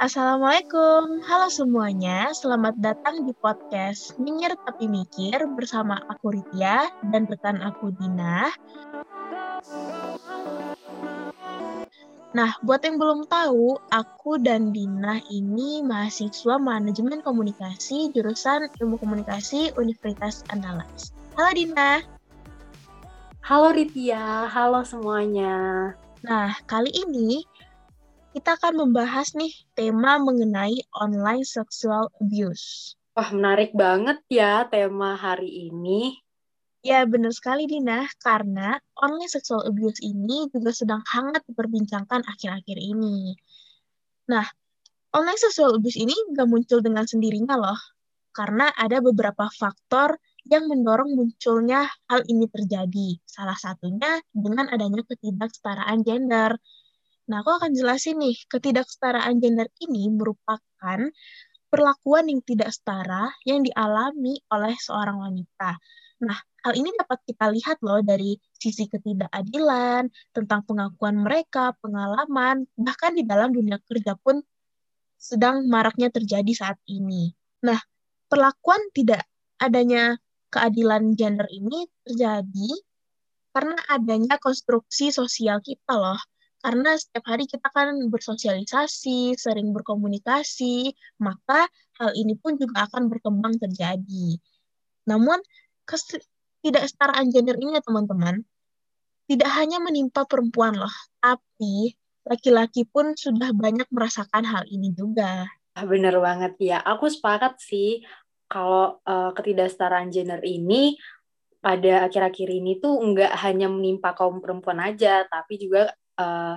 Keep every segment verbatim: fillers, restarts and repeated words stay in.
Assalamualaikum, halo semuanya, selamat datang di podcast Nyinyir Tapi Mikir bersama aku Ritya dan rekan aku Dina. Nah, buat yang belum tahu, aku dan Dina ini mahasiswa Manajemen Komunikasi jurusan Ilmu Komunikasi Universitas Andalas. Halo Dina. Halo Ritya, halo semuanya. Nah, kali ini kita akan membahas nih tema mengenai online sexual abuse. Wah, menarik banget ya tema hari ini. Ya, benar sekali Dina, karena online sexual abuse ini juga sedang hangat diperbincangkan akhir-akhir ini. Nah, online sexual abuse ini nggak muncul dengan sendirinya loh, karena ada beberapa faktor yang mendorong munculnya hal ini terjadi. Salah satunya dengan adanya ketidaksetaraan gender. Nah, aku akan jelasin nih, ketidaksetaraan gender ini merupakan perlakuan yang tidak setara yang dialami oleh seorang wanita. Nah, hal ini dapat kita lihat loh dari sisi ketidakadilan, tentang pengakuan mereka, pengalaman, bahkan di dalam dunia kerja pun sedang maraknya terjadi saat ini. Nah, perlakuan tidak adanya keadilan gender ini terjadi karena adanya konstruksi sosial kita loh. Karena setiap hari kita kan bersosialisasi, sering berkomunikasi, maka hal ini pun juga akan berkembang terjadi. Namun, ketidaksetaraan gender ini ya teman-teman, tidak hanya menimpa perempuan loh, tapi laki-laki pun sudah banyak merasakan hal ini juga. Ah, bener banget ya, aku sepakat sih kalau uh, ketidaksetaraan gender ini pada akhir-akhir ini tuh nggak hanya menimpa kaum perempuan aja, tapi juga uh,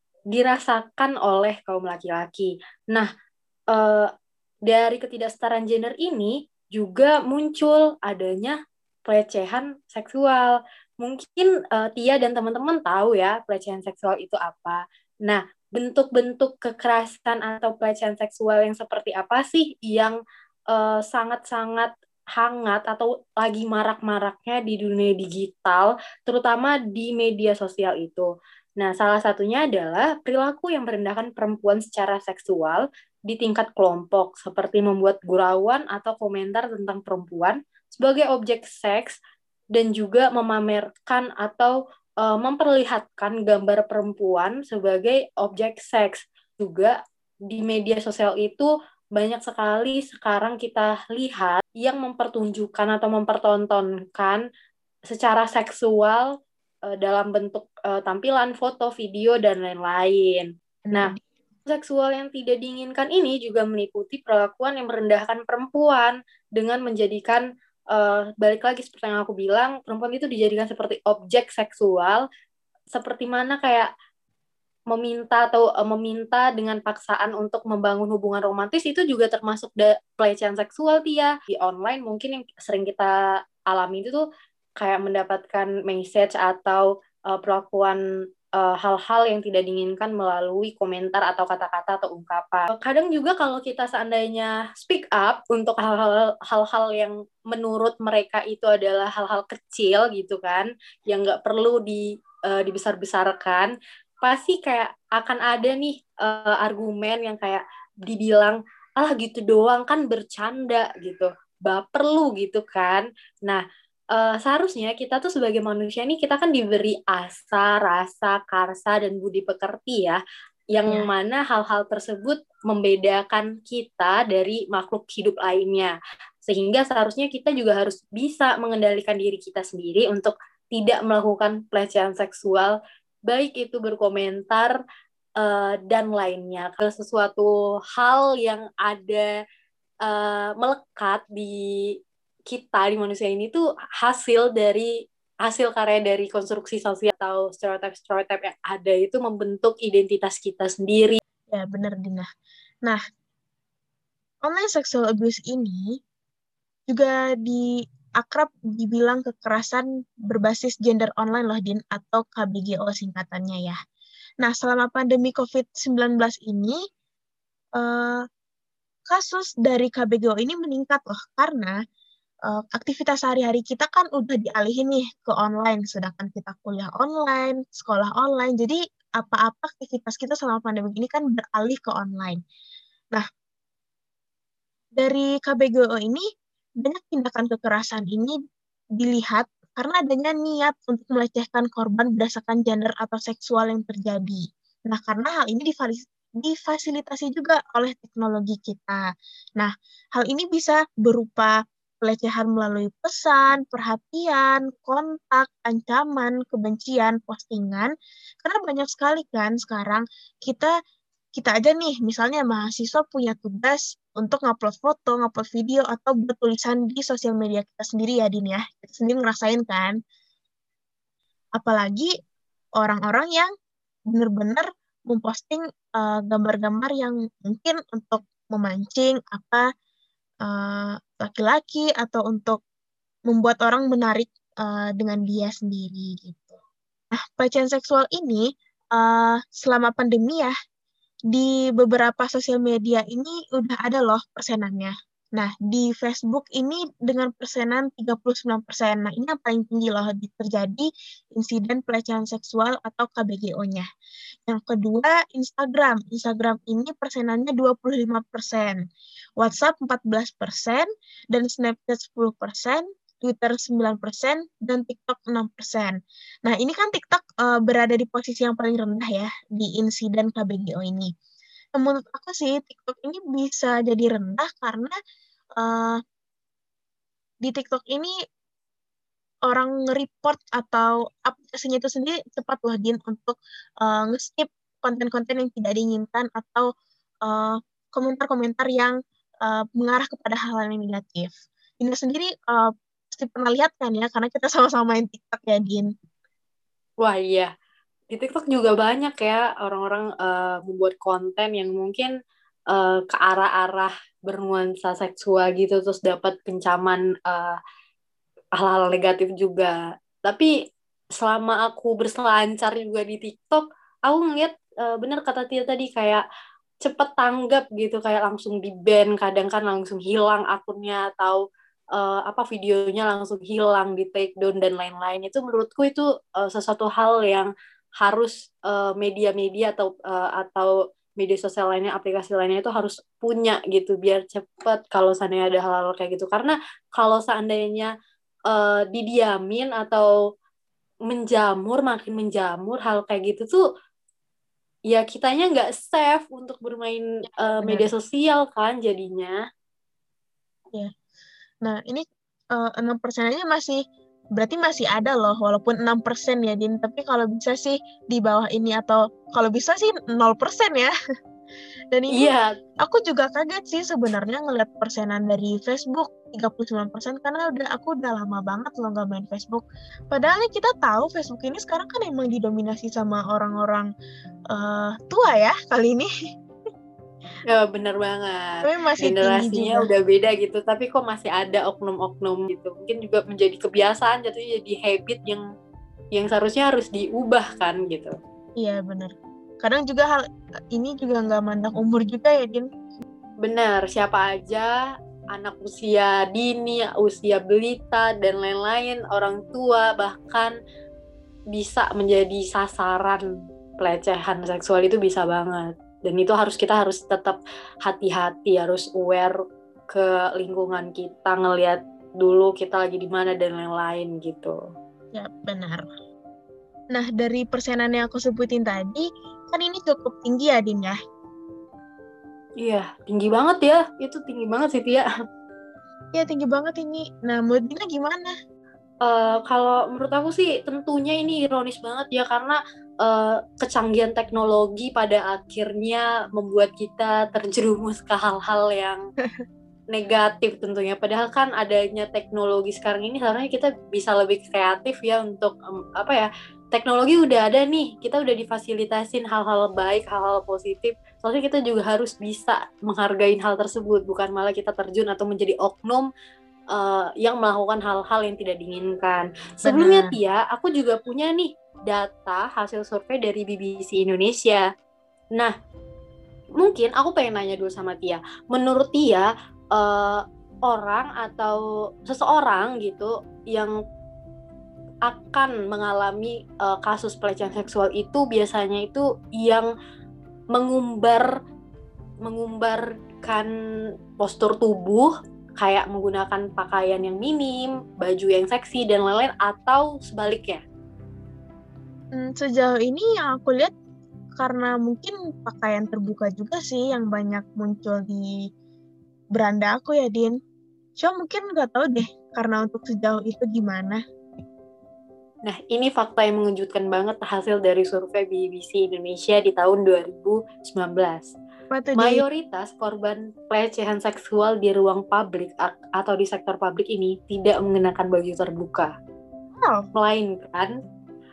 dirasakan oleh kaum laki-laki. Nah, uh, dari ketidaksetaraan gender ini juga muncul adanya pelecehan seksual. Mungkin uh, Tia dan teman-teman tahu ya pelecehan seksual itu apa. Nah, bentuk-bentuk kekerasan atau pelecehan seksual yang seperti apa sih yang uh, sangat-sangat hangat atau lagi marak-maraknya di dunia digital, terutama di media sosial itu. Nah, salah satunya adalah perilaku yang merendahkan perempuan secara seksual di tingkat kelompok, seperti membuat gurauan atau komentar tentang perempuan sebagai objek seks, dan juga memamerkan atau uh, memperlihatkan gambar perempuan sebagai objek seks. Juga di media sosial itu banyak sekali sekarang kita lihat yang mempertunjukkan atau mempertontonkan secara seksual uh, dalam bentuk uh, tampilan, foto, video, dan lain-lain. Nah, Benar. seksual yang tidak diinginkan ini juga meliputi perlakuan yang merendahkan perempuan dengan menjadikan, uh, balik lagi seperti yang aku bilang, perempuan itu dijadikan seperti objek seksual, seperti mana kayak meminta atau uh, meminta dengan paksaan untuk membangun hubungan romantis itu juga termasuk da- pelecehan seksual, Tia. Di online mungkin yang sering kita alami itu tuh kayak mendapatkan message atau uh, perlakuan uh, hal-hal yang tidak diinginkan melalui komentar atau kata-kata atau ungkapan. Kadang juga kalau kita seandainya speak up untuk hal-hal hal-hal yang menurut mereka itu adalah hal-hal kecil gitu kan, yang nggak perlu di uh, dibesar-besarkan, pasti kayak akan ada nih uh, argumen yang kayak dibilang, ah gitu doang kan bercanda gitu, baper lu gitu kan. Nah, uh, seharusnya kita tuh sebagai manusia nih, kita kan diberi asa, rasa, karsa, dan budi pekerti ya, yang Ya. mana hal-hal tersebut membedakan kita dari makhluk hidup lainnya. Sehingga seharusnya kita juga harus bisa mengendalikan diri kita sendiri untuk tidak melakukan pelecehan seksual, baik itu berkomentar uh, dan lainnya. Kalau sesuatu hal yang ada uh, melekat di kita, di manusia ini tuh hasil dari hasil karya dari konstruksi sosial atau stereotip-stereotip yang ada itu membentuk identitas kita sendiri. Ya, benar Dina. Nah, online sexual abuse ini juga di akrab dibilang kekerasan berbasis gender online loh, Din, atau K B G O singkatannya ya. Nah, selama pandemi covid sembilan belas ini, eh, kasus dari K B G O ini meningkat loh, karena eh, aktivitas sehari-hari kita kan udah dialihin nih ke online, sedangkan kita kuliah online, sekolah online, jadi apa-apa aktivitas kita selama pandemi ini kan beralih ke online. Nah, dari K B G O ini, banyak tindakan kekerasan ini dilihat karena adanya niat untuk melecehkan korban berdasarkan gender atau seksual yang terjadi. Nah, karena hal ini difasilitasi juga oleh teknologi kita. Nah, hal ini bisa berupa pelecehan melalui pesan, perhatian, kontak, ancaman, kebencian, postingan. Karena banyak sekali kan sekarang kita kita aja nih, misalnya mahasiswa punya tugas untuk ngupload foto, ngupload video, atau buat tulisan di sosial media kita sendiri ya, Din ya. Kita sendiri ngerasain kan. Apalagi orang-orang yang benar-benar memposting uh, gambar-gambar yang mungkin untuk memancing apa uh, laki-laki atau untuk membuat orang menarik uh, dengan dia sendiri gitu. Nah, pelecehan seksual ini uh, selama pandemi ya di beberapa sosial media ini udah ada loh persenannya. Nah, di Facebook ini dengan persenan tiga puluh sembilan persen. Nah, ini yang paling tinggi loh terjadi insiden pelecehan seksual atau K B G O-nya. Yang kedua, Instagram. Instagram ini persenannya dua puluh lima persen. WhatsApp empat belas persen, dan Snapchat sepuluh persen, Twitter sembilan persen, dan TikTok enam persen. Nah, ini kan TikTok uh, berada di posisi yang paling rendah ya di insiden K B G O ini. Nah, menurut aku sih, TikTok ini bisa jadi rendah karena uh, di TikTok ini orang nge-report atau aplikasinya itu sendiri cepat loh, Din, untuk uh, nge-skip konten-konten yang tidak diinginkan atau uh, komentar-komentar yang uh, mengarah kepada hal-hal yang negatif. Dina sendiri uh, pasti pernah lihat kan ya, karena kita sama-sama main TikTok ya, Din. Wah iya, di TikTok juga banyak ya orang-orang uh, membuat konten yang mungkin uh, ke arah-arah bernuansa seksual gitu, terus dapat kencaman uh, hal-hal negatif juga. Tapi selama aku berselancar juga di TikTok, aku ngeliat uh, bener kata Tia tadi kayak cepet tanggap gitu, kayak langsung di-ban, kadang kan langsung hilang akunnya atau uh, apa videonya langsung hilang, di take down dan lain-lain. Itu menurutku itu uh, sesuatu hal yang harus uh, media-media atau uh, atau media sosial lainnya, aplikasi lainnya itu harus punya gitu biar cepet kalau seandainya ada hal-hal kayak gitu. Karena kalau seandainya uh, didiamin atau menjamur, makin menjamur hal kayak gitu tuh, ya kitanya nggak safe untuk bermain Ya, uh, benar. media sosial kan jadinya. Ya. Nah, ini uh, enam persen aja masih, berarti masih ada loh, walaupun enam persen ya, Din. Tapi kalau bisa sih di bawah ini, atau kalau bisa sih nol persen ya. Dan ini Iya, aku juga kaget sih sebenarnya ngeliat persenan dari Facebook tiga puluh sembilan persen, karena udah aku udah lama banget loh nggak main Facebook. Padahal kita tahu Facebook ini sekarang kan emang didominasi sama orang-orang uh, tua ya kali ini. ya bener banget. Tapi masih tinggi Generasinya juga. udah beda gitu, tapi kok masih ada oknum-oknum gitu. Mungkin juga menjadi kebiasaan, jatuhnya jadi habit yang yang seharusnya harus diubah kan gitu. Iya bener. Kadang juga hal ini juga nggak mandang umur juga ya, Din. Bener, siapa aja, anak usia dini, usia belita, dan lain-lain, orang tua bahkan bisa menjadi sasaran pelecehan seksual, itu bisa banget. Dan itu harus kita harus tetap hati-hati, harus aware ke lingkungan kita, ngelihat dulu kita lagi di mana dan lain-lain gitu. Ya benar. Nah, dari persenan yang aku sebutin tadi, kan ini cukup tinggi ya, Din ya? Iya, tinggi banget ya. Itu tinggi banget sih, Tia. Ya, tinggi banget ini. Nah, menurut Dina gimana? Uh, kalau menurut aku sih tentunya ini ironis banget ya, karena uh, kecanggihan teknologi pada akhirnya membuat kita terjerumus ke hal-hal yang negatif tentunya. Padahal kan adanya teknologi sekarang ini seharusnya kita bisa lebih kreatif ya untuk um, apa ya, teknologi udah ada nih, kita udah difasilitasin hal-hal baik, hal-hal positif. Soalnya kita juga harus bisa menghargai hal tersebut, bukan malah kita terjun atau menjadi oknum uh, yang melakukan hal-hal yang tidak diinginkan. Sebelumnya Benar. Tia, aku juga punya nih data hasil survei dari B B C Indonesia. Nah, mungkin aku pengen nanya dulu sama Tia. Menurut Tia, uh, orang atau seseorang gitu yang akan mengalami uh, kasus pelecehan seksual itu biasanya itu yang mengumbar mengumbarkan postur tubuh kayak menggunakan pakaian yang minim, baju yang seksi dan lain-lain, atau sebaliknya? Hmm, sejauh ini yang aku lihat karena mungkin pakaian terbuka juga sih yang banyak muncul di beranda aku ya, Din. Cuma mungkin nggak tahu deh karena untuk sejauh itu gimana. Nah, ini fakta yang mengejutkan banget hasil dari survei B B C Indonesia di tahun dua ribu sembilan belas. Apa tuh, Din? Mayoritas korban pelecehan seksual di ruang publik atau di sektor publik ini tidak mengenakan baju terbuka. Wow. Melainkan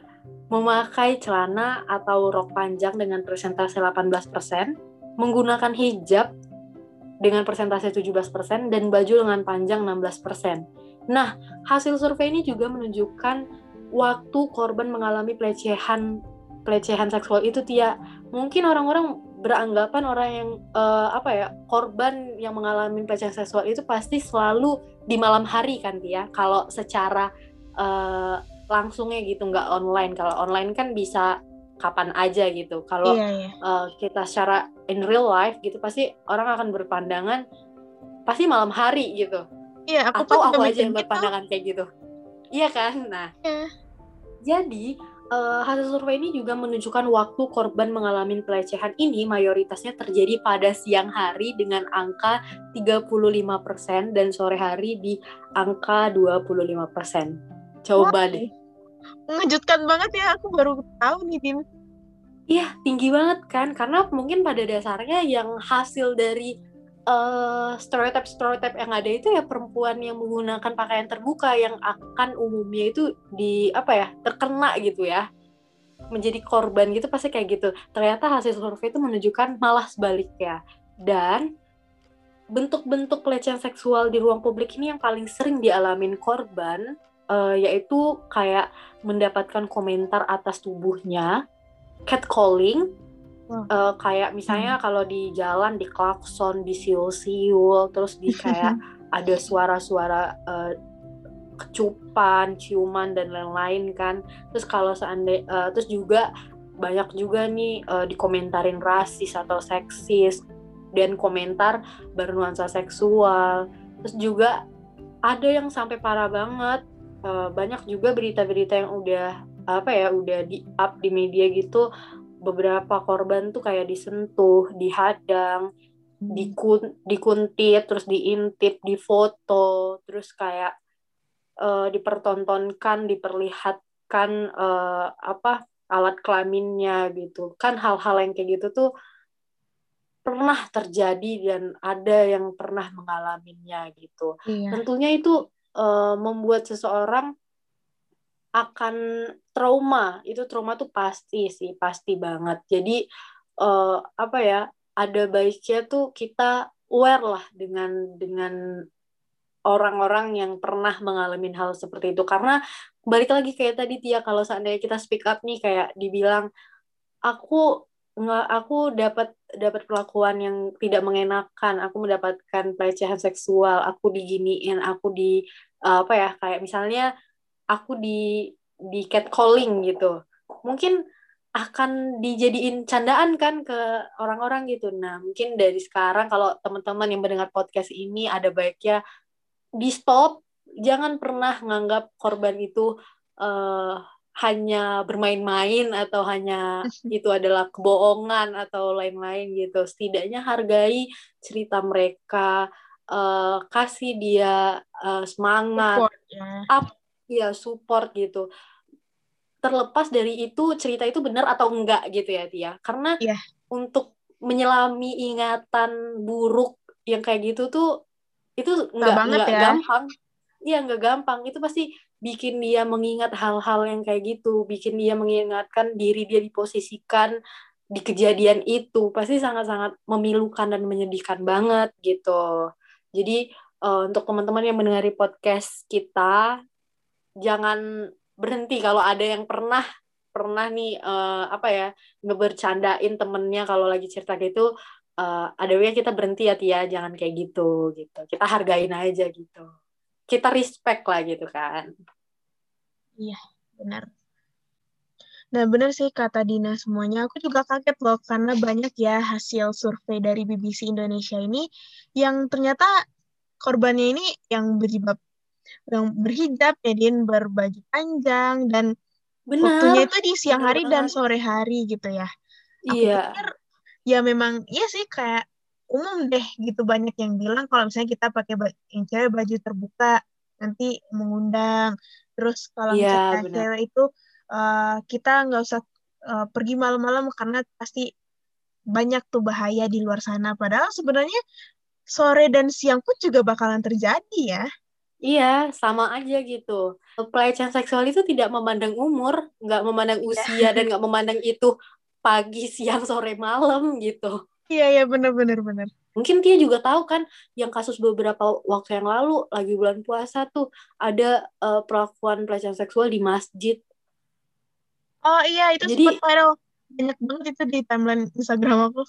memakai celana atau rok panjang dengan persentase delapan belas persen, menggunakan hijab dengan persentase tujuh belas persen, dan baju lengan panjang enam belas persen. Nah, hasil survei ini juga menunjukkan waktu korban mengalami pelecehan pelecehan seksual itu, Tia. Mungkin orang-orang beranggapan orang yang uh, apa ya korban yang mengalami pelecehan seksual itu pasti selalu di malam hari kan, Tia. Kalau secara uh, langsungnya gitu, nggak online. Kalau online kan bisa kapan aja gitu. Kalau Iya, iya. uh, kita secara in real life gitu pasti orang akan berpandangan pasti malam hari gitu. Iya, aku pun Atau juga aku aja mikir yang gitu. berpandangan kayak gitu. Iya kan? Nah, Iya. jadi uh, hasil survei ini juga menunjukkan waktu korban mengalami pelecehan ini mayoritasnya terjadi pada siang hari dengan angka tiga puluh lima persen dan sore hari di angka dua puluh lima persen. Coba Wow. deh. Mengejutkan banget ya, aku baru tahu nih, Din. Iya, tinggi banget kan? Karena mungkin pada dasarnya yang hasil dari uh, stereotip-stereotip yang ada itu ya perempuan yang menggunakan pakaian terbuka yang akan umumnya itu di apa ya terkena gitu ya, menjadi korban gitu pasti kayak gitu. Ternyata hasil survei itu menunjukkan malah sebaliknya. Dan bentuk-bentuk pelecehan seksual di ruang publik ini yang paling sering dialamin korban uh, yaitu kayak mendapatkan komentar atas tubuhnya, catcalling, Wow. uh, kayak misalnya hmm. kalau di jalan di klakson, di siul-siul, terus di kayak ada suara-suara uh, kecupan, ciuman dan lain-lain kan. Terus kalau seandainya uh, terus juga banyak juga nih uh, dikomentarin rasis atau seksis dan komentar bernuansa seksual. Terus juga ada yang sampai parah banget. Uh, banyak juga berita-berita yang udah apa ya udah di up di media gitu, beberapa korban tuh kayak disentuh, dihadang, hmm. dikun, dikuntit, terus diintip, difoto, terus kayak uh, dipertontonkan, diperlihatkan uh, apa alat kelaminnya gitu. Kan hal-hal yang kayak gitu tuh pernah terjadi dan ada yang pernah mengalaminya gitu. Iya. Tentunya itu uh, membuat seseorang akan trauma. Itu trauma tuh pasti sih, pasti banget. Jadi uh, apa ya? Ada baiknya tuh kita aware lah dengan dengan orang-orang yang pernah mengalami hal seperti itu. Karena balik lagi kayak tadi Tia, kalau seandainya kita speak up nih kayak dibilang aku nggak aku dapat dapat perlakuan yang tidak mengenakan, aku mendapatkan pelecehan seksual, aku diginiin, aku di uh, apa ya kayak misalnya aku di di catcalling gitu, mungkin akan dijadiin candaan kan ke orang-orang gitu. Nah mungkin dari sekarang kalau teman-teman yang mendengar podcast ini ada baiknya di stop, jangan pernah nganggap korban itu uh, hanya bermain-main atau hanya itu adalah kebohongan atau lain-lain gitu. Setidaknya hargai cerita mereka, uh, kasih dia uh, semangat, Support, ya. up, ya support gitu. Terlepas dari itu cerita itu benar atau enggak gitu ya Tia. Karena yeah. untuk menyelami ingatan buruk yang kayak gitu tuh itu nggak nggak ya. gampang. Iya nggak gampang. Itu pasti bikin dia mengingat hal-hal yang kayak gitu, bikin dia mengingatkan diri dia diposisikan di kejadian itu, pasti sangat-sangat memilukan dan menyedihkan banget gitu. Jadi uh, untuk teman-teman yang mendengari podcast kita, jangan berhenti kalau ada yang pernah pernah nih uh, apa ya ngebercandain temennya kalau lagi cerita gitu, uh, ada yang kita berhenti ya Tia, jangan kayak gitu gitu. Kita hargain aja gitu. Kita respect lah gitu kan. Iya, benar. Nah, benar sih kata Dina semuanya. Aku juga kaget loh karena banyak ya hasil survei dari B B C Indonesia ini yang ternyata korbannya ini yang berjilbab, yang berhijab, ya, Din, berbaju panjang, dan waktunya Bener, itu di siang bener hari dan banget. sore hari gitu ya. Aku Iya, pikir ya memang iya sih kayak umum deh gitu, banyak yang bilang kalau misalnya kita pakai ba- yang cewek baju terbuka nanti mengundang. Terus kalau iya misalnya bener. cewek itu eh, kita nggak usah eh, pergi malam-malam karena pasti banyak tuh bahaya di luar sana. Padahal sebenarnya sore dan siang pun juga bakalan terjadi ya. Iya, sama aja gitu. Pelecehan seksual itu tidak memandang umur, nggak memandang Iya, usia, dan nggak memandang itu pagi, siang, sore, malam gitu. iya, iya, bener, bener, bener. Mungkin dia juga tahu kan yang kasus beberapa waktu yang lalu, lagi bulan puasa tuh, ada uh, perlakuan pelecehan seksual di masjid. Oh iya, itu sempat Jadi, viral. Banyak banget itu di timeline Instagram aku.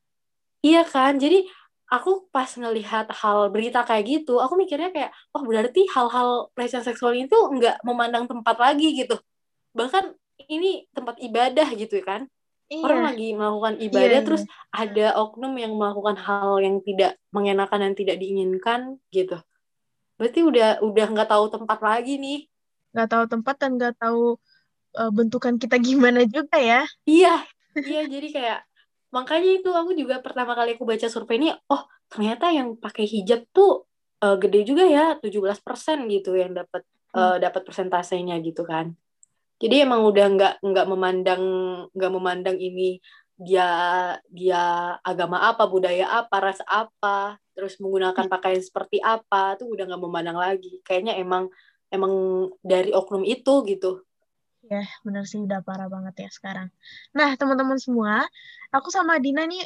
iya kan? Jadi, aku pas ngelihat hal berita kayak gitu, aku mikirnya kayak, oh berarti hal-hal pelecehan seksual itu nggak memandang tempat lagi gitu. Bahkan ini tempat ibadah gitu kan. Orang Iya, lagi melakukan iya, ibadah iya. terus ada oknum yang melakukan hal yang tidak mengenakan dan tidak diinginkan gitu. Berarti udah udah nggak tahu tempat lagi nih. Nggak tahu tempat dan nggak tahu eh, bentukan kita gimana juga ya. Iya, iya jadi kayak makanya itu aku juga pertama kali aku baca survei ini, oh ternyata yang pakai hijab tuh eh, gede juga ya, tujuh belas persen gitu yang dapat Hmm. eh, dapat persentasenya gitu kan. Jadi emang udah nggak nggak memandang nggak memandang ini dia dia agama apa, budaya apa, ras apa, terus menggunakan pakaian seperti apa, tuh udah nggak memandang lagi. Kayaknya emang emang dari oknum itu gitu. Ya, benar sih udah parah banget ya sekarang. Nah, teman-teman semua, aku sama Dina nih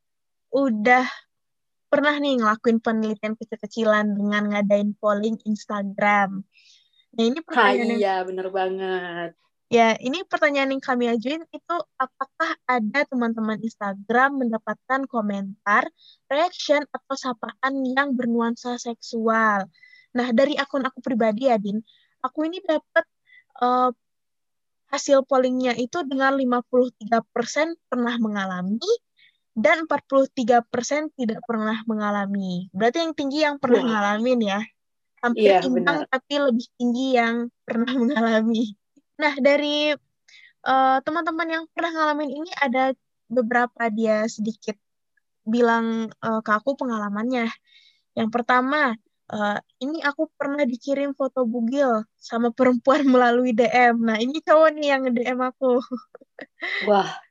udah pernah nih ngelakuin penelitian kecil-kecilan dengan ngadain polling Instagram. Nah, ini Hah pertanyaan yang iya bener banget. Ya, ini pertanyaan yang kami ajuin itu, apakah ada teman-teman Instagram mendapatkan komentar, reaction, atau sapaan yang bernuansa seksual? Nah, dari akun aku pribadi ya, Din, aku ini dapat eh, hasil pollingnya itu dengan lima puluh tiga persen pernah mengalami dan empat puluh tiga persen tidak pernah mengalami. Berarti yang tinggi yang pernah Wah, ngalamin ya. Hampir iya imbang benar. tapi lebih tinggi yang pernah mengalami. Nah, dari eh, teman-teman yang pernah ngalamin ini ada beberapa dia sedikit bilang eh, ke aku pengalamannya. Yang pertama, eh, ini aku pernah dikirim foto bugil sama perempuan melalui D M. Nah, ini cowok nih yang D M aku. Wah,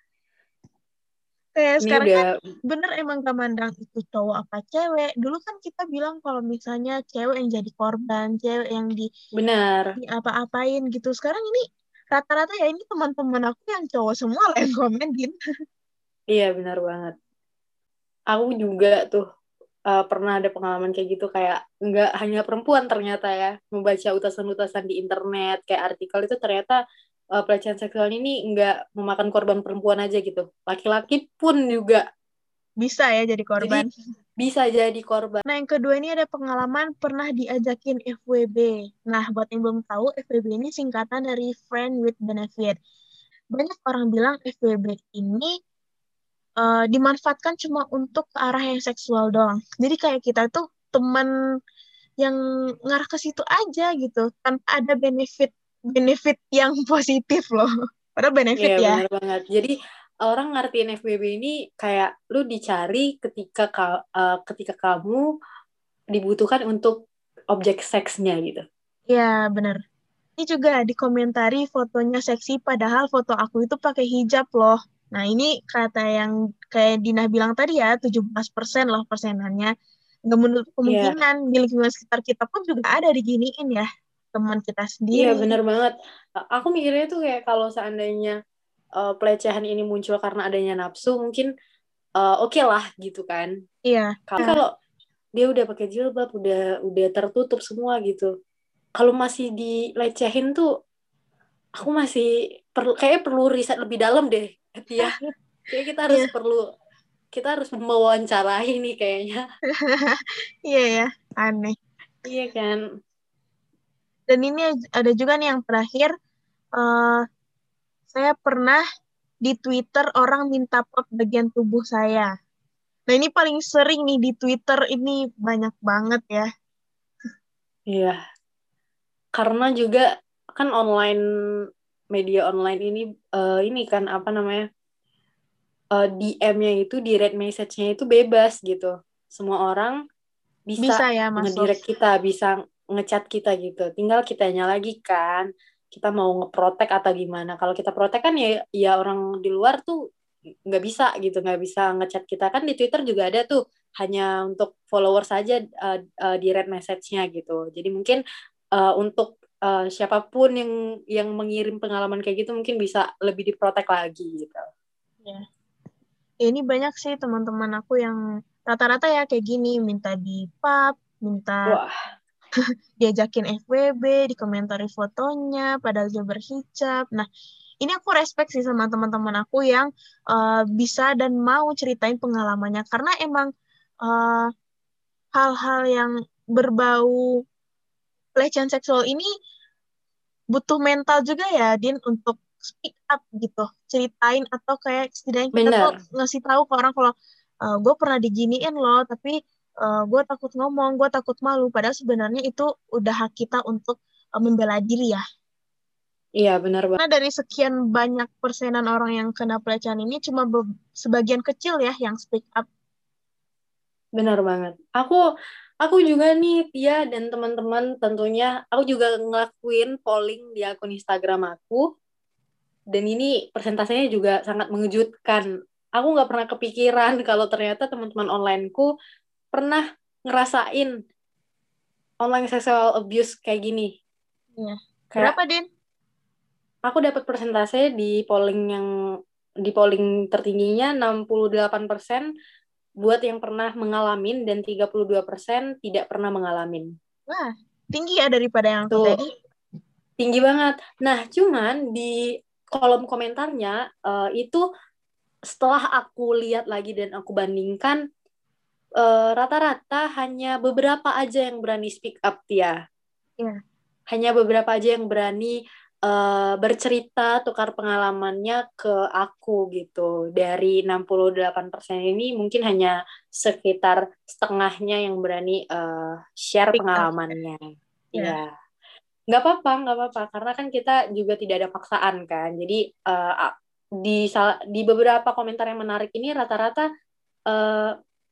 Kayak ini sekarang udah kan bener emang gak mandang itu cowok apa cewek. Dulu kan kita bilang kalau misalnya cewek yang jadi korban, cewek yang di, benar. di apa-apain gitu. Sekarang ini rata-rata ya ini teman-teman aku yang cowok semua lah yang komen gitu. Iya benar banget. Aku juga tuh uh, pernah ada pengalaman kayak gitu kayak nggak hanya perempuan ternyata ya membaca utasan-utasan di internet kayak artikel itu ternyata uh, pelecehan seksual ini nggak memakan korban perempuan aja gitu. Laki-laki pun juga. Bisa ya jadi Jadi korban. bisa jadi korban. Nah, yang kedua ini ada pengalaman pernah diajakin F W B. Nah, buat yang belum tahu, F W B ini singkatan dari Friend with Benefit. Banyak orang bilang F W B ini eh, dimanfaatkan cuma untuk ke arah yang seksual doang. Jadi kayak kita tuh teman yang ngarah ke situ aja gitu, tanpa ada benefit benefit yang positif loh. Padahal benefit Iya ya. benar banget. Jadi orang ngertiin F B B ini kayak lu dicari ketika ka- uh, ketika kamu dibutuhkan untuk objek seksnya gitu. Ya, benar. Ini juga dikomentari fotonya seksi, padahal foto aku itu pakai hijab loh. Nah, ini kata yang kayak Dina bilang tadi ya, tujuh belas persen loh persenannya. Nggak menutup Iya, kemungkinan di lingkungan sekitar kita pun juga ada diginiin ya. Teman kita iya sendiri. benar banget. Aku mikirnya tuh kayak kalau seandainya uh, pelecehan ini muncul karena adanya nafsu, mungkin uh, oke okay lah gitu kan. Iya, Tapi kalau dia udah pakai jilbab, udah udah tertutup semua gitu. Kalau masih dilecehin tuh, aku masih perlu kayak perlu riset lebih dalam deh, ya. Kayak kita harus iya, perlu kita harus mewawancarai nih kayaknya. iya ya, aneh. Iya kan? Dan ini ada juga nih yang terakhir, eh, saya pernah di Twitter orang minta pap bagian tubuh saya. Nah, ini paling sering nih di Twitter, ini banyak banget ya. Iya, karena juga kan online media online ini eh, ini kan apa namanya eh, D M-nya itu direct message-nya itu bebas gitu. Semua orang bisa Bisa ya masuk. ngedirect kita, bisa ngechat kita gitu. Tinggal kitanya lagi kan, kita mau ngeprotek atau gimana. Kalau kita protek kan ya, ya orang di luar tuh nggak bisa gitu, nggak bisa ngechat kita kan di Twitter juga ada tuh hanya untuk followers saja uh, uh, direct message-nya gitu. Jadi mungkin uh, untuk uh, siapapun yang yang mengirim pengalaman kayak gitu mungkin bisa lebih diprotek lagi gitu. Ya. Ya, ini banyak sih teman-teman aku yang rata-rata ya kayak gini, minta di pub, minta Wah, diajakin F W B, dikomentari fotonya, padahal dia berhijab. Nah, ini aku respect sih sama teman-teman aku yang uh, bisa dan mau ceritain pengalamannya. Karena emang uh, hal-hal yang berbau pelecehan seksual ini butuh mental juga ya, Din, untuk speak up gitu. Ceritain atau kayak setidaknya kita tuh bener. ngasih tahu ke orang kalau gue pernah diginiin loh, tapi gue takut ngomong, gue takut malu. Padahal sebenarnya itu udah hak kita untuk uh, membela diri ya. Iya, bener Karena banget. dari sekian banyak persenan orang yang kena pelecehan ini cuma be- sebagian kecil ya yang speak up. Benar banget. Aku aku juga nih Tia dan teman-teman tentunya aku juga ngelakuin polling di akun Instagram aku dan ini persentasenya juga sangat mengejutkan. Aku nggak pernah kepikiran kalau ternyata teman-teman onlineku pernah ngerasain online sexual abuse kayak gini. Iya. Berapa, Kayak Din? aku dapat persentase di polling yang di polling tertingginya enam puluh delapan persen buat yang pernah mengalamin dan tiga puluh dua persen tidak pernah mengalamin. Wah, tinggi ya daripada yang aku Itu tadi. tinggi banget. Nah, cuman di kolom komentarnya eh, itu setelah aku lihat lagi dan aku bandingkan eh, rata-rata hanya beberapa aja yang berani speak up ya. Iya. Hanya beberapa aja yang berani eh, bercerita tukar pengalamannya ke aku gitu. Dari enam puluh delapan persen ini mungkin hanya sekitar setengahnya yang berani eh, share Speak up. pengalamannya. Ya. Iya. Nggak apa-apa, nggak apa-apa. Karena kan kita juga tidak ada paksaan kan. Jadi eh, di di beberapa komentar yang menarik ini rata-rata eh,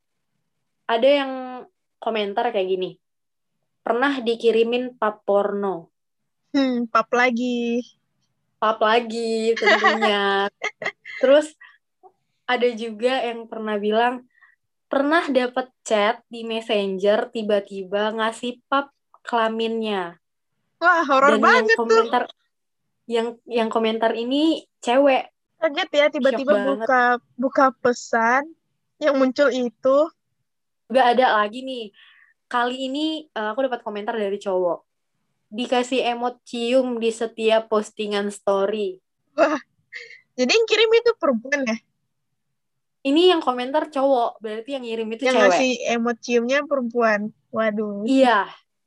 ada yang komentar kayak gini. Pernah dikirimin pap porno. Hmm, pap lagi. Pap lagi tentunya. Terus ada juga yang pernah bilang, pernah dapat chat di Messenger tiba-tiba ngasih pap kelaminnya. Wah, horor Dan yang banget tuh. komentar yang yang komentar ini cewek. Kaget ya Shock tiba-tiba banget. buka buka pesan yang muncul itu. Juga ada lagi nih. Kali ini eh, aku dapat komentar dari cowok. Dikasih emot cium di setiap postingan story. Wah, jadi yang kirim itu perempuan ya? Ini yang komentar cowok, berarti yang ngirim itu Yang cewek. ngasih emot ciumnya perempuan. Waduh. Iya.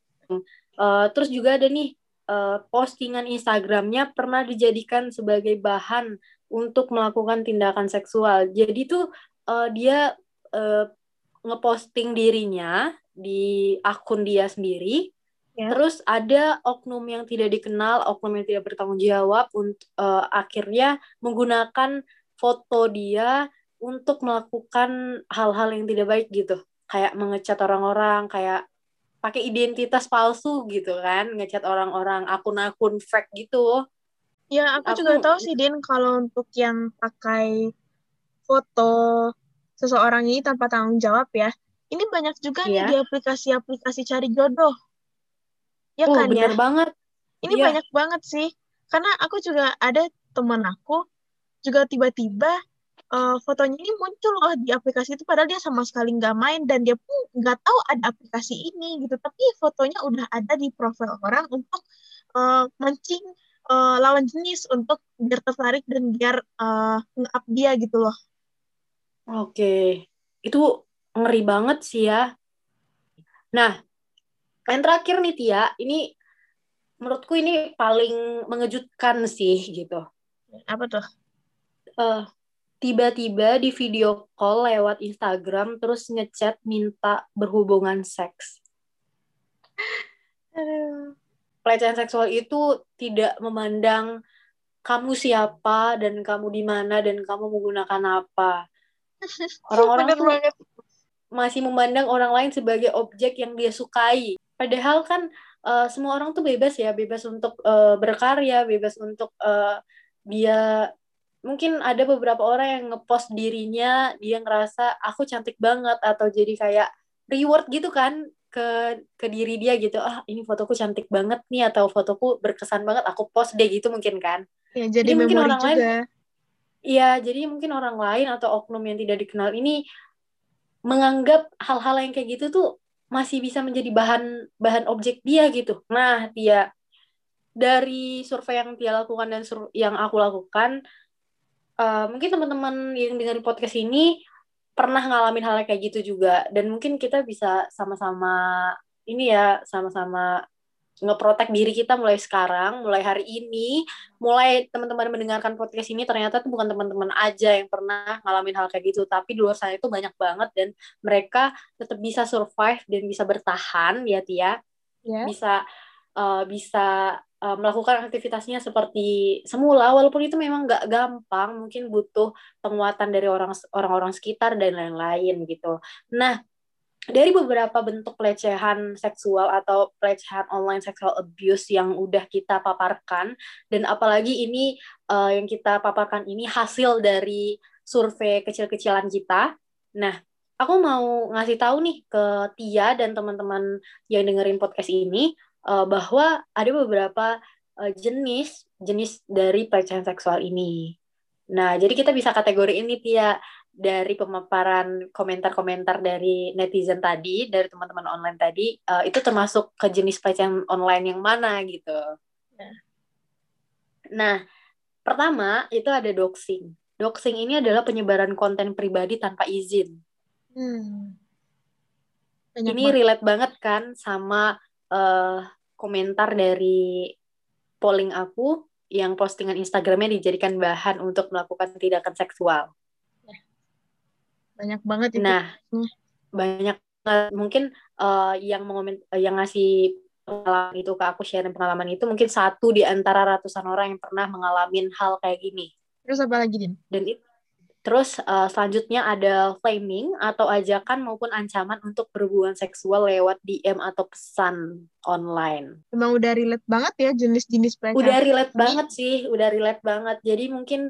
Eh, terus juga ada nih eh, postingan Instagramnya pernah dijadikan sebagai bahan untuk melakukan tindakan seksual. Jadi tuh eh, dia eh, ngeposting dirinya di akun dia sendiri. Ya. Terus ada oknum yang tidak dikenal, oknum yang tidak bertanggung jawab, untuk akhirnya menggunakan foto dia untuk melakukan hal-hal yang tidak baik gitu, kayak mengecat orang-orang, kayak pakai identitas palsu gitu kan, ngecat orang-orang, akun-akun fake gitu. Ya, aku Aku juga tahu sih, Din, kalau untuk yang pakai foto seseorang ini tanpa tanggung jawab ya, ini banyak juga nih di ya, aplikasi-aplikasi cari jodoh. Ya uh kan ya? bener banget, Ini iya. banyak banget sih. Karena aku juga ada teman aku, juga tiba-tiba eh, fotonya ini muncul loh di aplikasi itu padahal dia sama sekali nggak main dan dia pun nggak tahu ada aplikasi ini gitu tapi fotonya udah ada di profil orang untuk eh, mancing eh, lawan jenis untuk biar tertarik dan biar eh, nge-up dia gitu loh. Oke, itu ngeri banget sih ya. Nah, yang terakhir nih Tia, ini menurutku ini paling mengejutkan sih gitu. Apa tuh? Eh, tiba-tiba di video call lewat Instagram terus ngechat minta berhubungan seks. Aduh. Pelecehan seksual itu tidak memandang kamu siapa dan kamu di mana dan kamu menggunakan apa. Orang-orang Bener tuh banget. masih memandang orang lain sebagai objek yang dia sukai. Padahal kan uh, semua orang tuh bebas ya, bebas untuk uh, berkarya, bebas untuk uh, dia mungkin ada beberapa orang yang ngepost dirinya, dia ngerasa aku cantik banget atau jadi kayak reward gitu kan ke ke diri dia gitu. Ah, ini fotoku cantik banget nih atau fotoku berkesan banget, aku post deh gitu mungkin kan. Ya, jadi Jadi mungkin memori orang lain juga. Iya, jadi mungkin orang lain atau oknum yang tidak dikenal ini menganggap hal-hal yang kayak gitu tuh masih bisa menjadi bahan bahan objek dia gitu. Nah, dia dari survei yang dia lakukan dan sur- yang aku lakukan, uh, mungkin teman-teman yang dengerin podcast ini pernah ngalamin hal kayak gitu juga. Dan mungkin kita bisa sama-sama ini ya, sama-sama ngeprotek diri kita mulai sekarang, mulai hari ini, mulai teman-teman mendengarkan podcast ini ternyata tuh bukan teman-teman aja yang pernah ngalamin hal kayak gitu, tapi di luar sana itu banyak banget dan mereka tetap bisa survive dan bisa bertahan ya Tia, Ya. bisa uh, bisa uh, melakukan aktivitasnya seperti semula walaupun itu memang nggak gampang, mungkin butuh penguatan dari orang orang-orang sekitar dan lain-lain gitu. Nah, dari beberapa bentuk pelecehan seksual atau pelecehan online sexual abuse yang udah kita paparkan, dan apalagi ini uh, yang kita paparkan ini hasil dari survei kecil-kecilan kita. Nah, aku mau ngasih tahu nih ke Tia dan teman-teman yang dengerin podcast ini uh, bahwa ada beberapa uh, jenis jenis dari pelecehan seksual ini. Nah, jadi kita bisa kategori ini Tia dari pemaparan komentar-komentar dari netizen tadi, dari teman-teman online tadi, uh, itu termasuk ke jenis pelecehan online yang mana gitu. Ya. Nah, pertama itu ada doxing. Doxing ini adalah penyebaran konten pribadi tanpa izin. Hmm. Banyak Ini banget. relate banget kan sama uh, komentar dari polling aku yang postingan Instagramnya dijadikan bahan untuk melakukan tindakan seksual. Ya, banyak banget itu. Nah, banyak mungkin uh, yang mengoment uh, yang ngasih pengalaman itu ke aku, sharing pengalaman itu mungkin satu di antara ratusan orang yang pernah mengalami hal kayak gini. Terus apa lagi, Din? Dan itu terus uh, selanjutnya ada flaming atau ajakan maupun ancaman untuk berhubungan seksual lewat D M atau pesan online. Emang udah relate banget ya jenis-jenis pelecehan Udah relate ini. banget sih, udah relate banget. Jadi mungkin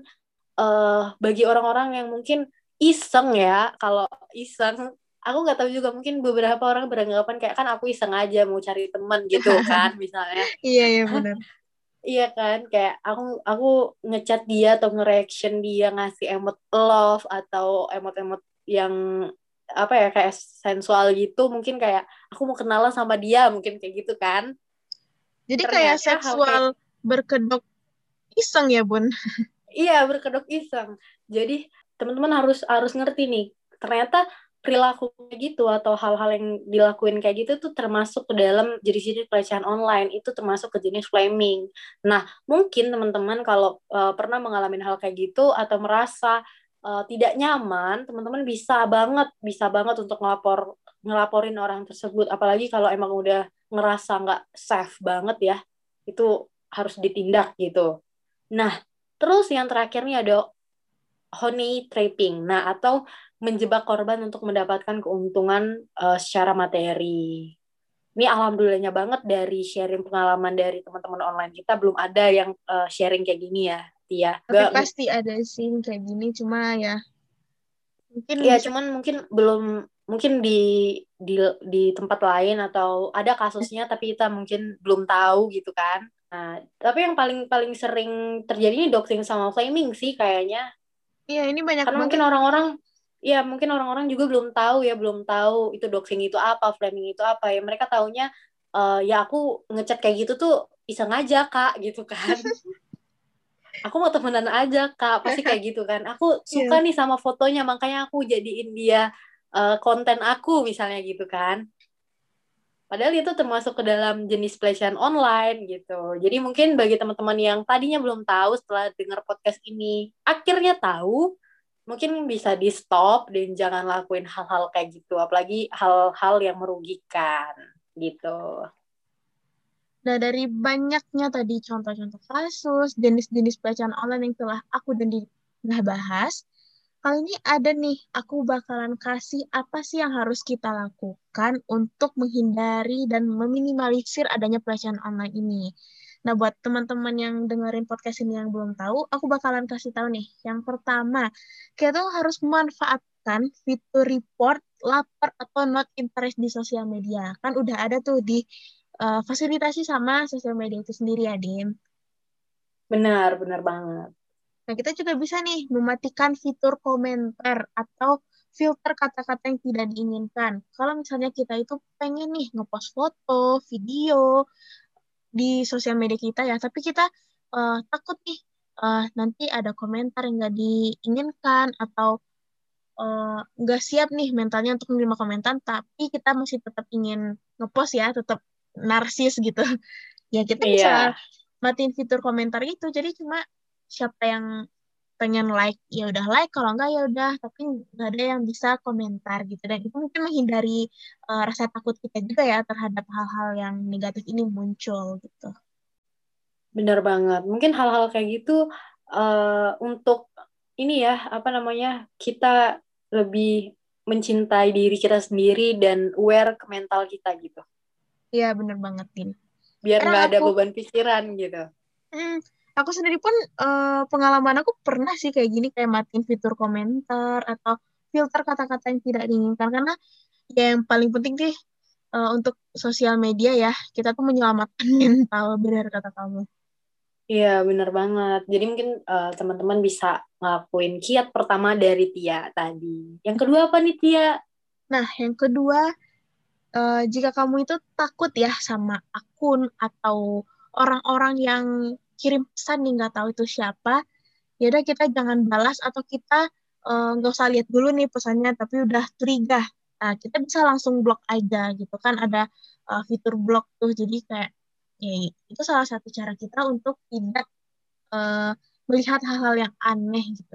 uh, bagi orang-orang yang mungkin iseng ya, kalau iseng, aku nggak tahu juga, mungkin beberapa orang beranggapan kayak kan aku iseng aja mau cari teman gitu kan misalnya. Iya, iya benar. Iya kan, kayak aku aku ngechat dia atau nge-reaction dia ngasih emot love atau emot-emot yang apa ya kayak sensual gitu, mungkin kayak aku mau kenalan sama dia mungkin kayak gitu kan. Jadi kayak Ternyata hal seksual kayak berkedok iseng ya, Bun? iya, berkedok iseng. Jadi teman-teman harus harus ngerti nih. Ternyata perilaku kayak gitu atau hal-hal yang dilakuin kayak gitu tuh termasuk ke dalam jenis-jenis pelecehan online. Itu termasuk ke jenis flaming. Nah, mungkin teman-teman kalau uh, pernah mengalami hal kayak gitu atau merasa uh, tidak nyaman, teman-teman bisa banget bisa banget untuk ngelapor ngelaporin orang tersebut. Apalagi kalau emang udah ngerasa nggak safe banget ya, itu harus ditindak gitu. Nah, terus yang terakhir nih ada honey trapping. Nah, atau menjebak korban untuk mendapatkan keuntungan uh, secara materi. Ini alhamdulillahnya banget dari sharing pengalaman dari teman-teman online kita belum ada yang uh, sharing kayak gini ya, Tia. Tapi Gak, pasti ada sih kayak gini, cuma ya mungkin ya bisa. cuman mungkin belum mungkin di di di tempat lain atau ada kasusnya tapi kita mungkin belum tahu gitu kan. Nah, tapi yang paling paling sering terjadi ini doxing sama flaming sih kayaknya. Iya, ini banyak Karena banget. mungkin orang-orang, ya mungkin orang-orang juga belum tahu ya, belum tahu itu doxing itu apa, flaming itu apa ya. Mereka taunya, uh, ya aku ngechat kayak gitu tuh iseng aja kak, gitu kan. Aku mau temenan aja kak, pasti kayak gitu kan. Aku Iya. suka nih sama fotonya, makanya aku jadiin dia uh, konten aku misalnya gitu kan. Padahal itu termasuk ke dalam jenis pelecehan online gitu. Jadi mungkin bagi teman-teman yang tadinya belum tahu setelah dengar podcast ini, akhirnya tahu, mungkin bisa di stop dan jangan lakuin hal-hal kayak gitu. Apalagi hal-hal yang merugikan gitu. Nah, dari banyaknya tadi contoh-contoh kasus, jenis-jenis pelecehan online yang telah aku dan Dinah bahas, kali ini ada nih, aku bakalan kasih apa sih yang harus kita lakukan untuk menghindari dan meminimalisir adanya pelecehan online ini. Nah, buat teman-teman yang dengerin podcast ini yang belum tahu, aku bakalan kasih tahu nih. Yang pertama, kita tuh harus memanfaatkan fitur report, lapor, atau not interest di sosial media. Kan udah ada tuh di uh, fasilitasi sama sosial media itu sendiri ya, Dim. Benar, benar banget. Nah, kita juga bisa nih mematikan fitur komentar atau filter kata-kata yang tidak diinginkan. Kalau misalnya kita itu pengen nih ngepost foto, video di sosial media kita ya, tapi kita uh, takut nih uh, nanti ada komentar yang nggak diinginkan atau uh, nggak siap nih mentalnya untuk menerima komentar, tapi kita masih tetap ingin ngepost ya, tetap narsis gitu. Ya kita bisa Iya, matiin fitur komentar itu, jadi cuma siapa yang pengen like ya udah like, kalau enggak ya udah, tapi nggak ada yang bisa komentar gitu, dan itu mungkin menghindari uh, rasa takut kita juga ya terhadap hal-hal yang negatif ini muncul gitu. benar banget. Mungkin hal-hal kayak gitu eh, untuk ini ya, apa namanya, kita lebih mencintai diri kita sendiri dan aware ke mental kita gitu. Iya bener banget, Tin. Biar Karena nggak ada aku beban pikiran gitu. hmm, aku sendiri pun eh, pengalaman aku pernah sih kayak gini, kayak matiin fitur komentar atau filter kata-kata yang tidak diinginkan, karena ya yang paling penting sih eh, untuk sosial media ya, kita tuh menyelamatkan mental, benar kata kamu. Iya, benar banget. Jadi mungkin eh, teman-teman bisa ngelakuin kiat pertama dari Tia tadi. Yang kedua apa nih, Tia? Nah, yang kedua, eh, jika kamu itu takut ya sama akun atau orang-orang yang kirim pesan nih nggak tahu itu siapa, ya udah kita jangan balas atau kita eh, nggak usah lihat dulu nih pesannya, tapi udah curiga. Nah, kita bisa langsung blok aja gitu kan, ada eh, fitur blok tuh. Jadi kayak ya, itu salah satu cara kita untuk tidak eh, melihat hal-hal yang aneh gitu.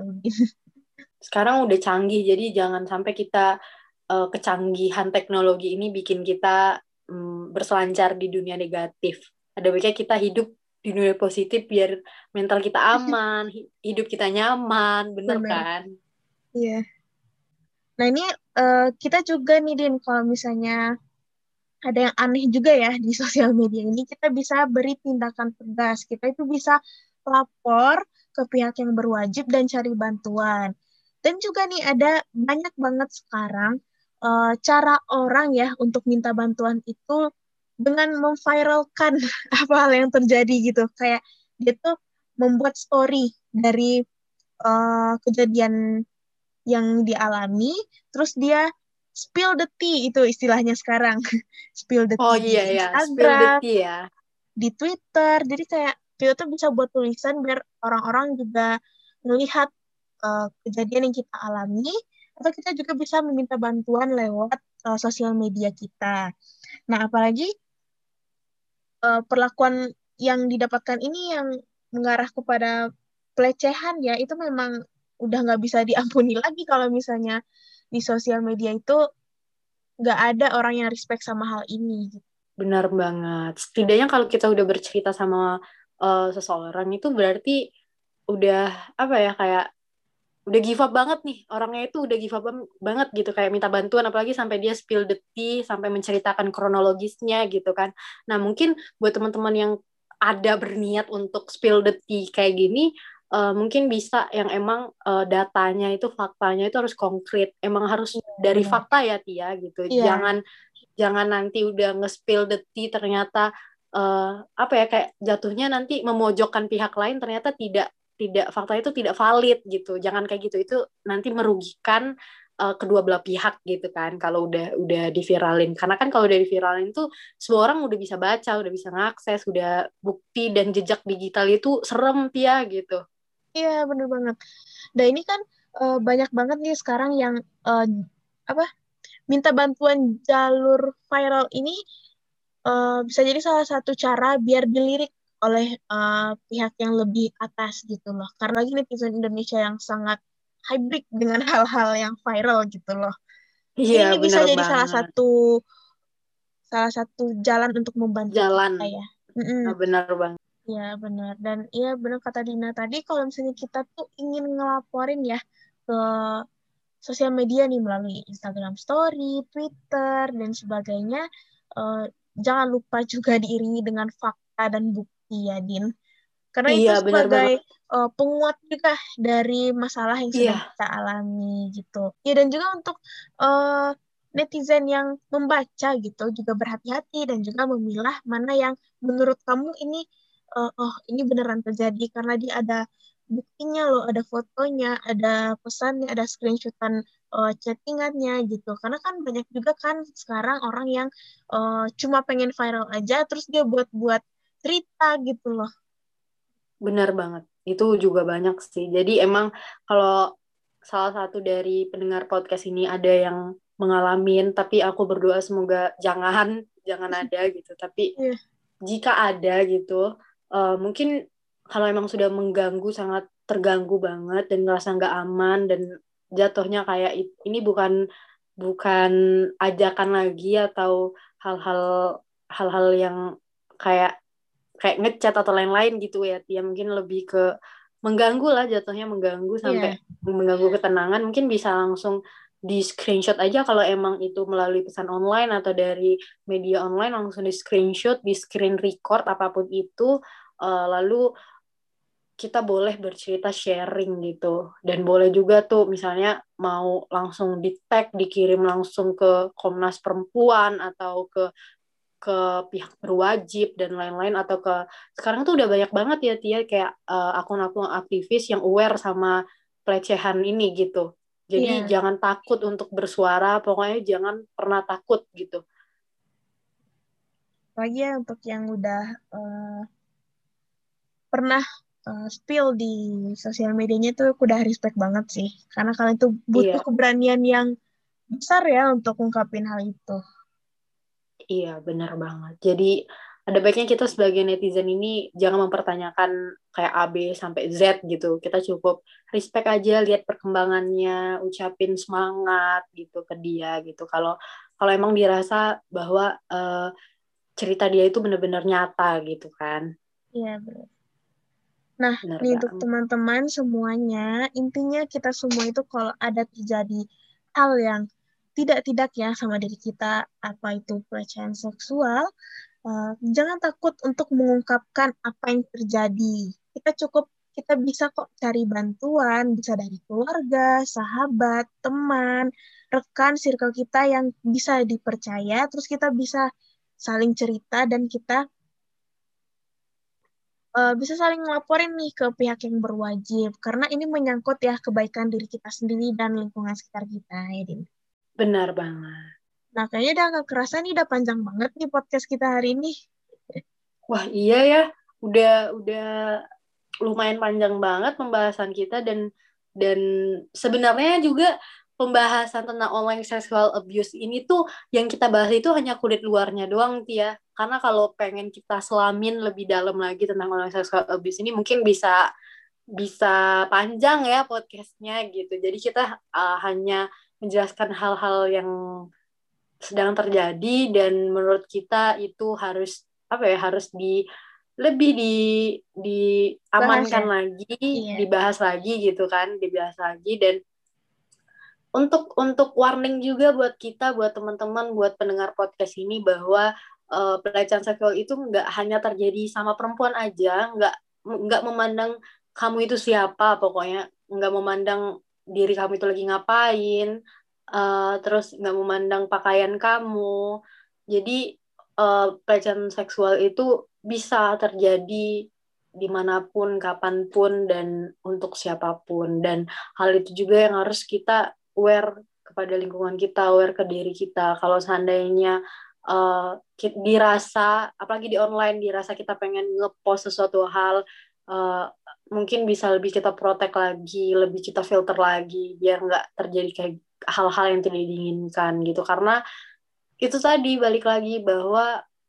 Sekarang udah canggih, jadi jangan sampai kita eh, kecanggihan teknologi ini bikin kita mm, berselancar di dunia negatif. Ada baiknya kita hidup di dunia positif biar mental kita aman, hi- hidup kita nyaman, bener Bener. kan? Iya. Nah ini eh, kita juga nih Din, kalau misalnya ada yang aneh juga ya di sosial media ini, kita bisa beri tindakan tegas. Kita itu bisa lapor ke pihak yang berwajib dan cari bantuan. Dan juga nih ada banyak banget sekarang eh, cara orang ya untuk minta bantuan itu dengan memviralkan apa hal yang terjadi gitu. Kayak dia tuh membuat story dari eh, kejadian yang dialami, terus dia spill the tea, itu istilahnya sekarang. Spill the Oh tea di iya ya, spill the Instagram, tea ya. di Twitter. Jadi kayak kita tuh bisa buat tulisan biar orang-orang juga melihat uh, kejadian yang kita alami, atau kita juga bisa meminta bantuan lewat uh, sosial media kita. Nah, apalagi uh, perlakuan yang didapatkan ini yang mengarah kepada pelecehan ya, itu memang udah nggak bisa diampuni lagi kalau misalnya di sosial media itu nggak ada orang yang respect sama hal ini gitu. Benar banget. Setidaknya kalau kita udah bercerita sama eh, seseorang itu berarti udah apa ya, kayak udah give up banget nih, orangnya itu udah give up bam- banget gitu, kayak minta bantuan, apalagi sampai dia spill the tea sampai menceritakan kronologisnya gitu kan. Nah mungkin buat teman-teman yang ada berniat untuk spill the tea kayak gini, eh, mungkin bisa yang emang eh, datanya itu, faktanya itu harus konkret, emang harus Iya, dari benar. fakta ya Tia gitu. Iya, Jangan jangan nanti udah nge-spill the tea ternyata eh, apa ya, kayak jatuhnya nanti memojokkan pihak lain, ternyata tidak tidak fakta itu tidak valid gitu. Jangan kayak gitu, itu nanti merugikan uh, kedua belah pihak gitu kan kalau udah udah diviralin. Karena kan kalau udah diviralin tuh semua orang udah bisa baca, udah bisa ngakses, udah bukti dan jejak digital itu serem Tia gitu. iya benar banget. Dan ini kan eh, banyak banget nih sekarang yang eh, apa minta bantuan jalur viral ini uh, bisa jadi salah satu cara biar dilirik oleh uh, pihak yang lebih atas gitu loh. Karena lagi netizen Indonesia yang sangat hybrid dengan hal-hal yang viral gitu loh. Iya, Ini, ini bisa bener jadi salah banget. satu salah satu jalan untuk membantu Jalan. kita ya. Mm-mm. Nah, bener banget. Ya benar. Dan iya benar kata Dina tadi kalau misalnya kita tuh ingin ngelaporin ya ke sosial media nih melalui Instagram Story, Twitter, dan sebagainya, eh, jangan lupa juga diiringi dengan fakta dan bukti ya, Din. Karena itu Iya, bener sebagai banget. eh, penguat juga dari masalah yang sedang Iya, kita alami gitu. Ya dan juga untuk eh, netizen yang membaca gitu juga berhati-hati dan juga memilah mana yang menurut kamu ini eh, oh ini beneran terjadi karena dia ada buktinya loh, ada fotonya, ada pesannya, ada screenshotan eh, chattingannya gitu. Karena kan banyak juga kan sekarang orang yang eh, cuma pengen viral aja terus dia buat-buat cerita gitu loh. bener banget. Itu juga banyak sih. Jadi emang kalau salah satu dari pendengar podcast ini ada yang mengalamin, tapi aku berdoa semoga jangan, jangan ada gitu. Tapi Iya. jika ada gitu, eh, mungkin kalau emang sudah mengganggu, sangat terganggu banget dan ngerasa nggak aman dan jatuhnya kayak it- ini bukan bukan ajakan lagi atau hal-hal hal-hal yang kayak kayak ngechat atau lain-lain gitu ya, Tia mungkin lebih ke mengganggu lah, jatuhnya mengganggu Iya, sampai mengganggu ketenangan, mungkin bisa langsung di screenshot aja kalau emang itu melalui pesan online atau dari media online, langsung di screenshot, di screen record apapun itu. Eh, lalu kita boleh bercerita sharing gitu, dan boleh juga tuh misalnya mau langsung di tag, dikirim langsung ke Komnas Perempuan atau ke ke pihak berwajib dan lain-lain, atau ke sekarang tuh udah banyak banget ya Tia kayak uh, akun-akun aktivis yang aware sama pelecehan ini gitu. Jadi iya. jangan takut untuk bersuara, pokoknya jangan pernah takut gitu. Lagi ya untuk yang udah eh, pernah eh, spill di sosial medianya tuh aku udah respect banget sih. Karena kalian tuh butuh Iya, keberanian yang besar ya untuk ngungkapin hal itu. iya benar banget. Jadi ada baiknya kita sebagai netizen ini jangan mempertanyakan kayak A B sampai Z gitu. Kita cukup respect aja, lihat perkembangannya, ucapin semangat gitu ke dia gitu. Kalau kalau emang dirasa bahwa uh, cerita dia itu benar-benar nyata gitu kan. Iya, benar. Nah, Benar nih untuk banget. teman-teman semuanya, intinya kita semua itu kalau ada terjadi hal yang tidak-tidak ya sama diri kita, apa itu pelecehan seksual, eh, jangan takut untuk mengungkapkan apa yang terjadi. Kita cukup, kita bisa kok cari bantuan, bisa dari keluarga, sahabat, teman, rekan, circle kita yang bisa dipercaya, terus kita bisa saling cerita dan kita eh, bisa saling ngelaporin nih ke pihak yang berwajib, karena ini menyangkut ya kebaikan diri kita sendiri dan lingkungan sekitar kita, ya, Din. Benar banget. Nah, kayaknya udah agak kerasa nih, udah panjang banget nih podcast kita hari ini. Wah, iya ya. Udah udah lumayan panjang banget pembahasan kita, dan dan sebenarnya juga pembahasan tentang online sexual abuse ini tuh yang kita bahas itu hanya kulit luarnya doang Tia. Karena kalau pengen kita selamin lebih dalam lagi tentang online sexual abuse ini mungkin bisa bisa panjang ya podcastnya gitu. Jadi kita uh, hanya menjelaskan hal-hal yang sedang terjadi dan menurut kita itu harus apa ya, harus di lebih di Bahas diamankan ya. lagi, Iya. dibahas lagi gitu kan, dibahas lagi. Dan untuk untuk warning juga buat kita, buat teman-teman, buat pendengar podcast ini bahwa uh, pelecehan seksual itu nggak hanya terjadi sama perempuan aja, nggak nggak memandang kamu itu siapa, pokoknya nggak memandang diri kamu itu lagi ngapain, uh, terus nggak memandang pakaian kamu. Jadi uh, pelecehan seksual itu bisa terjadi dimanapun, kapanpun, dan untuk siapapun. Dan hal itu juga yang harus kita aware kepada lingkungan kita, aware ke diri kita. Kalau seandainya uh, dirasa, apalagi di online, dirasa kita pengen ngepost sesuatu hal, uh, mungkin bisa lebih kita protek lagi, lebih kita filter lagi, biar nggak terjadi kayak hal-hal yang tidak diinginkan gitu. Karena itu tadi balik lagi bahwa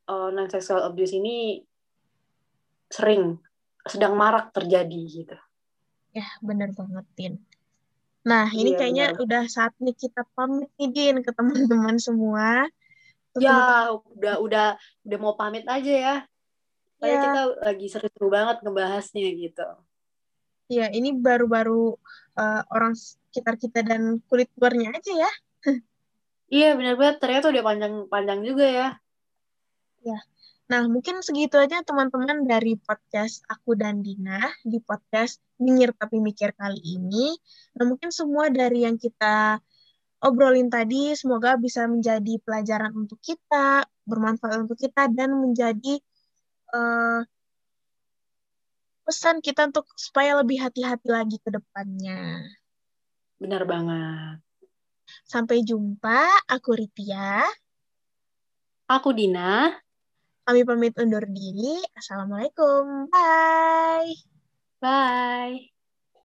non sexual abuse ini sering sedang marak terjadi gitu. Ya, bener banget, Tin. Nah, ini Iya kayaknya benar. udah saatnya kita pamit nih, Din, ke teman-teman semua. Untuk Ya teman-teman, udah udah udah mau pamit aja ya. Kayak kita ya, lagi seru-seru banget ngebahasnya gitu. ya ini baru-baru uh, orang sekitar kita dan kulit luarnya aja ya. Iya benar banget. Ternyata udah panjang-panjang juga ya. Ya. Nah, mungkin segitu aja teman-teman dari podcast aku dan Dina di podcast Minggir Tapi Mikir kali ini. Nah, mungkin semua dari yang kita obrolin tadi semoga bisa menjadi pelajaran untuk kita, bermanfaat untuk kita, dan menjadi uh, pesan kita untuk supaya lebih hati-hati lagi ke depannya. Benar banget. Sampai jumpa, aku Ritia. Aku Dina. Kami pamit undur diri. Assalamualaikum. Bye. Bye.